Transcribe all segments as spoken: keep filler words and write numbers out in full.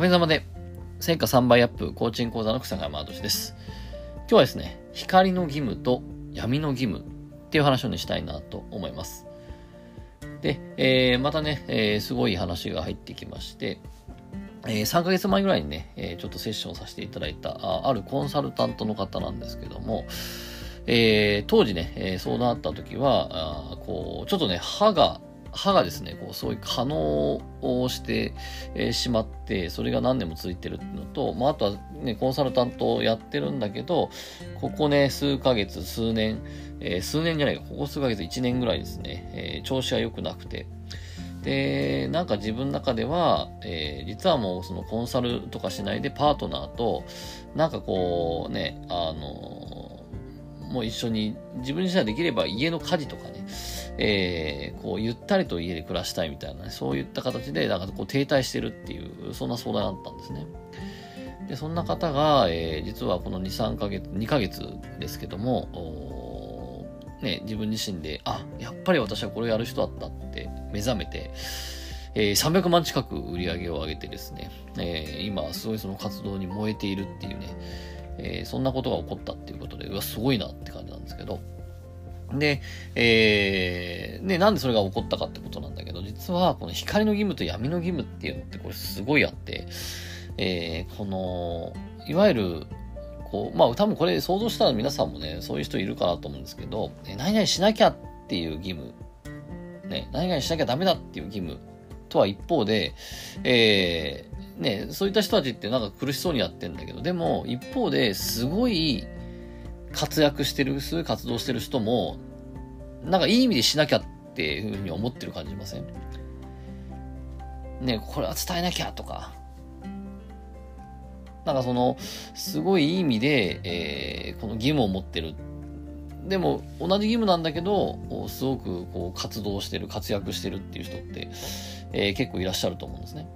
かげさまで成果さんばいアップコーチング講座の草山敦です。今日はですね、光の義務と闇の義務っていう話をねしたいなと思います。で、えー、またね、えー、すごい話が入ってきまして、えー、さんかげつまえぐらいにね、えー、ちょっとセッションさせていただいた あ, あるコンサルタントの方なんですけども、えー、当時ね、えー、相談あった時はあこうちょっとね歯が歯がですねこうそういう可能をして、えー、しまって、それが何年も続いてるのと、まあ、あとはねコンサルタントをやってるんだけど、ここね数ヶ月数年、えー、数年じゃないかここ数ヶ月いちねんぐらいですね、えー、調子が良くなくて、でなんか自分の中では、えー、実はもうそのコンサルとかしないでパートナーとなんかこうねあのもう一緒に自分自身ができれば家の家事とかね、えー、こうゆったりと家で暮らしたいみたいな、ね、そういった形でなんかこう停滞してるっていうそんな相談だったんですね。でそんな方が、えー、実はこのに、さんかげつにかげつですけどもね、自分自身であやっぱり私はこれをやる人だったって目覚めて、えー、さんびゃくまん近く売り上げを上げてですね、えー、今すごいその活動に燃えているっていうね、えー、そんなことが起こったっていうことで、うわすごいなって感じなんですけど、で、えー、ね、なんでそれが起こったかってことなんだけど、実はこの光の義務と闇の義務っていうのってこれすごいあって、えー、このいわゆるこうまあ多分これ想像したら皆さんもねそういう人いるかなと思うんですけど、何々しなきゃっていう義務、ね、何々しなきゃダメだっていう義務とは一方で、えーね、そういった人たちってなんか苦しそうにやってんだけど、でも一方ですごい活躍してる、すごい活動してる人もなんかいい意味でしなきゃっていうふうに思ってる感じません？ね、これは伝えなきゃとか、なんかそのすごいいい意味で、えー、この義務を持ってる。でも同じ義務なんだけどすごくこう活動してる、活躍してるっていう人って、えー、結構いらっしゃると思うんですね。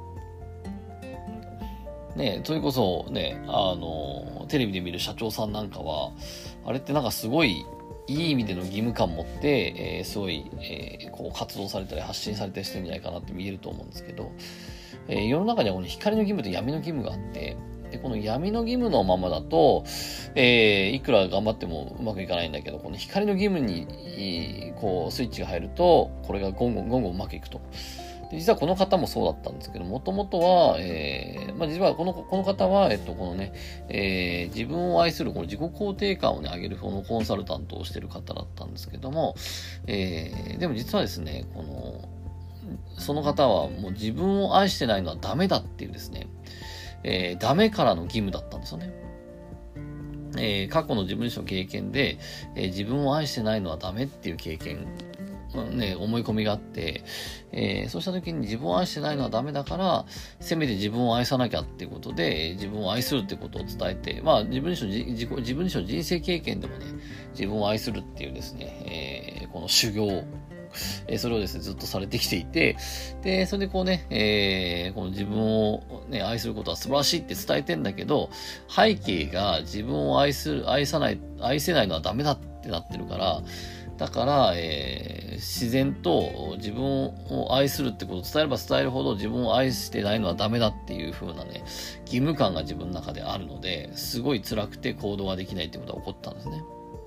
ね、それこそね、あのテレビで見る社長さんなんかはあれってなんかすごいいい意味での義務感を持って、えー、すごい、えー、こう活動されたり発信されたりしてるんじゃないかなって見えると思うんですけど、えー、世の中にはこの光の義務と闇の義務があって、でこの闇の義務のままだと、えー、いくら頑張ってもうまくいかないんだけど、この光の義務にこうスイッチが入るとこれがゴンゴンゴンゴンうまくいくと。で実はこの方もそうだったんですけど、もともとは、えー、まあ、実はこの、この方は、えっと、このね、えー、自分を愛する、この自己肯定感をね、上げる、このコンサルタントをしてる方だったんですけども、えー、でも実はですね、この、その方はもう自分を愛してないのはダメだっていうですね、えー、ダメからの義務だったんですよね。えー、過去の自分自身の経験で、えー、自分を愛してないのはダメっていう経験ね、思い込みがあって、えー、そうした時に自分を愛してないのはダメだから、せめて自分を愛さなきゃっていうことで、自分を愛するってことを伝えて、まあ自分自身の自己、自分自身の人生経験でもね、自分を愛するっていうですね、えー、この修行、えー、それをですね、ずっとされてきていて、で、それでこうね、えー、この自分をね、愛することは素晴らしいって伝えてんだけど、背景が自分を愛する、愛さない、愛せないのはダメだってなってるから、だから、えー、自然と自分を愛するってことを伝えれば伝えるほど自分を愛してないのはダメだっていう風なね、義務感が自分の中であるので、すごい辛くて行動ができないってことが起こったんですね。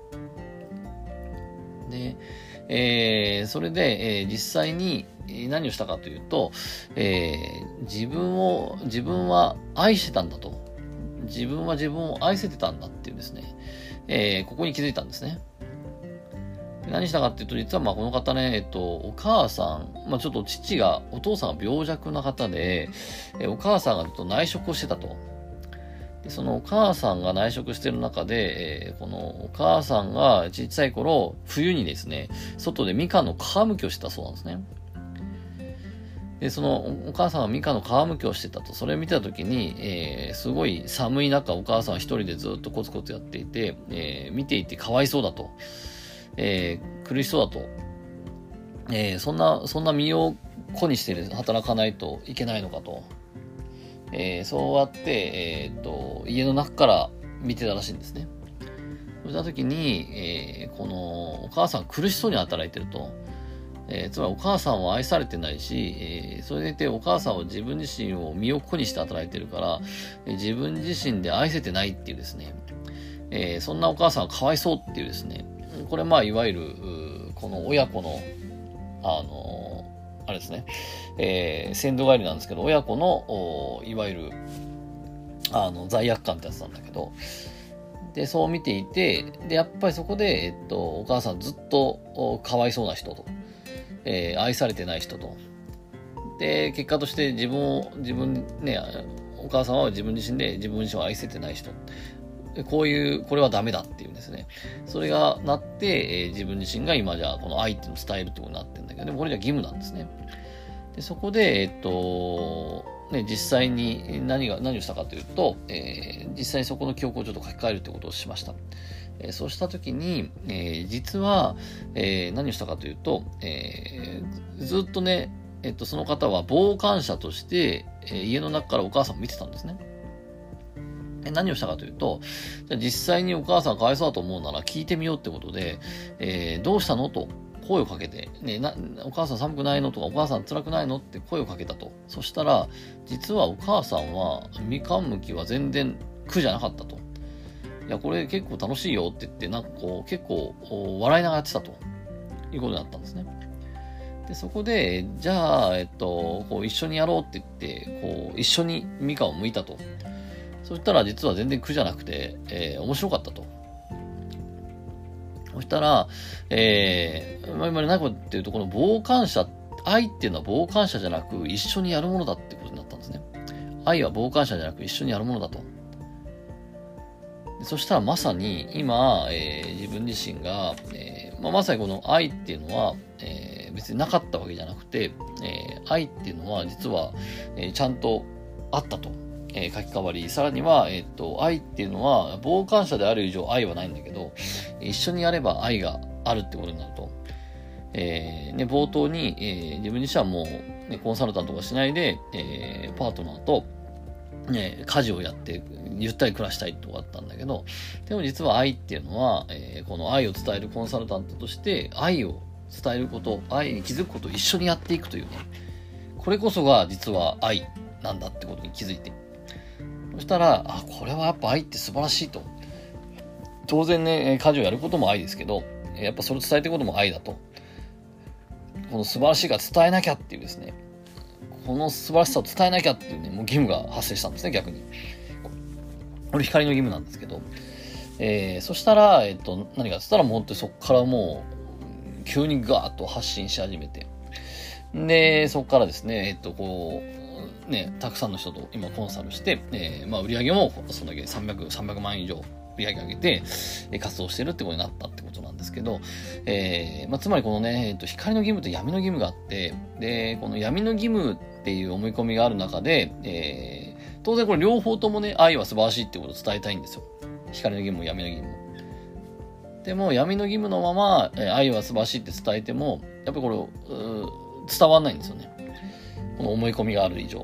で、えー、それで、えー、実際に何をしたかというと、えー、自分を、自分は愛してたんだと。自分は自分を愛せてたんだっていうですね、えー、ここに気づいたんですね。何したかっていうと、実はまあこの方ね、えっと、お母さん、まあちょっと父が、お父さんが病弱な方で、えお母さんがちょっと内職をしてたと。でそのお母さんが内職してる中で、えー、このお母さんが小さい頃、冬にですね、外でみかんの皮むきをしてたそうなんですね。で、そのお母さんがみかんの皮むきをしてたと。それを見てた時に、えー、すごい寒い中、お母さんは一人でずっとコツコツやっていて、えー、見ていてかわいそうだと。えー、苦しそうだと、えー、そんなそんな身を粉にして働かないといけないのかと、えー、そうやって、えー、と家の中から見てたらしいんですね。そうした時に、えー、このお母さん苦しそうに働いてると、 えー、つまりお母さんは愛されてないし、えー、それでいてお母さんは自分自身を身を粉にして働いてるから、えー、自分自身で愛せてないっていうですね、えー、そんなお母さんはかわいそうっていうですね、これまあいわゆるこの親子のあのー、あれですね、えー、先祖返りなんですけど、親子のいわゆるあの罪悪感ってやつなんだけど、でそう見ていて、でやっぱりそこで、えっと、お母さんずっとかわいそうな人と、えー、愛されてない人と、で結果として自分を自分ね、お母さんは自分自身で自分自身を愛せてない人、こういうこれはダメだっていうんですね。それがなって、えー、自分自身が今じゃあこの愛っていうのを伝えるってことになってるんだけど、でもこれじゃ義務なんですね。でそこでえっとね、実際に何が何をしたかというと、えー、実際にそこの記憶をちょっと書き換えるということをしました。えー、そうしたときに、えー、実は、えー、何をしたかというと、えー、ずっとね、えっと、その方は傍観者として、えー、家の中からお母さんを見てたんですね。何をしたかというと、じゃあ実際にお母さんがかわいそうだと思うなら聞いてみようってことで、えー、どうしたのと声をかけて、ね、な、お母さん寒くないのとか、お母さん辛くないのって声をかけたと。そしたら、実はお母さんは、みかんむきは全然苦じゃなかったと。いや、これ結構楽しいよって言って、なんかこう、結構笑いながらやってたということになったんですね。で、そこで、じゃあ、えっと、こう一緒にやろうって言って、こう、一緒にみかんを剥いたと。そしたら、実は全然苦じゃなくて、えー、面白かったと。そしたら、えー、今何かっていうと、この傍観者、愛っていうのは傍観者じゃなく、一緒にやるものだってことになったんですね。愛は傍観者じゃなく、一緒にやるものだと。そしたらまさに、今、えー、自分自身が、えーまあ、まさにこの愛っていうのは、えー、別になかったわけじゃなくて、えー、愛っていうのは実は、えー、ちゃんとあったと。えー、書き換わり、さらには、えっと、愛っていうのは、傍観者である以上愛はないんだけど、一緒にやれば愛があるってことになると、えー、ね、冒頭に、えー、自分自身はもう、ね、コンサルタントとかしないで、えー、パートナーと、ね、家事をやって、ゆったり暮らしたいとかあったんだけど、でも実は愛っていうのは、えー、この愛を伝えるコンサルタントとして、愛を伝えること、愛に気づくことを一緒にやっていくというね、これこそが実は愛なんだってことに気づいて、そしたら、あ、これはやっぱ愛って素晴らしいと。当然ね、家事をやることも愛ですけど、やっぱそれを伝えていくことも愛だと。この素晴らしいから伝えなきゃっていうですね、この素晴らしさを伝えなきゃっていうね、もう義務が発生したんですね、逆に。これ光の義務なんですけど、えー、そしたら、えっと、何かって言ったら、もう本当にそこからもう、急にガーッと発信し始めて、で、そこからですね、えっと、こう、ね、たくさんの人と今コンサルして、えー、まあ売り上げもそのだけさんびゃく、さんびゃくまん以上売り上げ上げて、えー、活動してるってことになったってことなんですけど、えー、まあつまりこのね、えっと、光の義務と闇の義務があって、で、この闇の義務っていう思い込みがある中で、えー、当然これ両方ともね、愛は素晴らしいってことを伝えたいんですよ。光の義務も闇の義務も。でも闇の義務のまま、えー、愛は素晴らしいって伝えても、やっぱりこれ、伝わんないんですよね。この思い込みがある以上。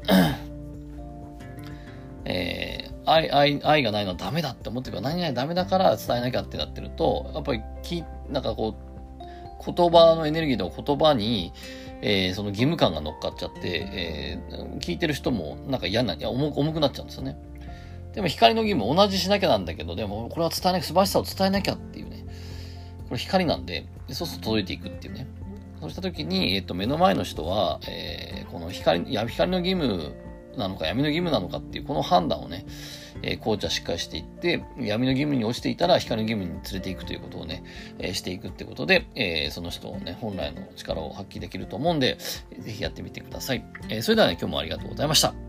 えー、愛、愛、愛がないのはダメだって思ってるから、何々ダメだから伝えなきゃってなってると、やっぱりき、なんかこう、言葉のエネルギーと言葉に、えー、その義務感が乗っかっちゃって、えー、聞いてる人もなんか嫌な、いや重く、重くなっちゃうんですよね。でも光の義務同じしなきゃなんだけど、でもこれは伝えなきゃ、素晴らしさを伝えなきゃっていうね。これ光なんで、そうすると届いていくっていうね。そうしたときに、えっと、目の前の人は、えー、この光、闇光の義務なのか闇の義務なのかっていう、この判断をね、えー、コーチはしっかりしていって、闇の義務に落ちていたら光の義務に連れていくということをね、えー、していくってことで、えー、その人をね、本来の力を発揮できると思うんで、ぜひやってみてください。えー、それではね、今日もありがとうございました。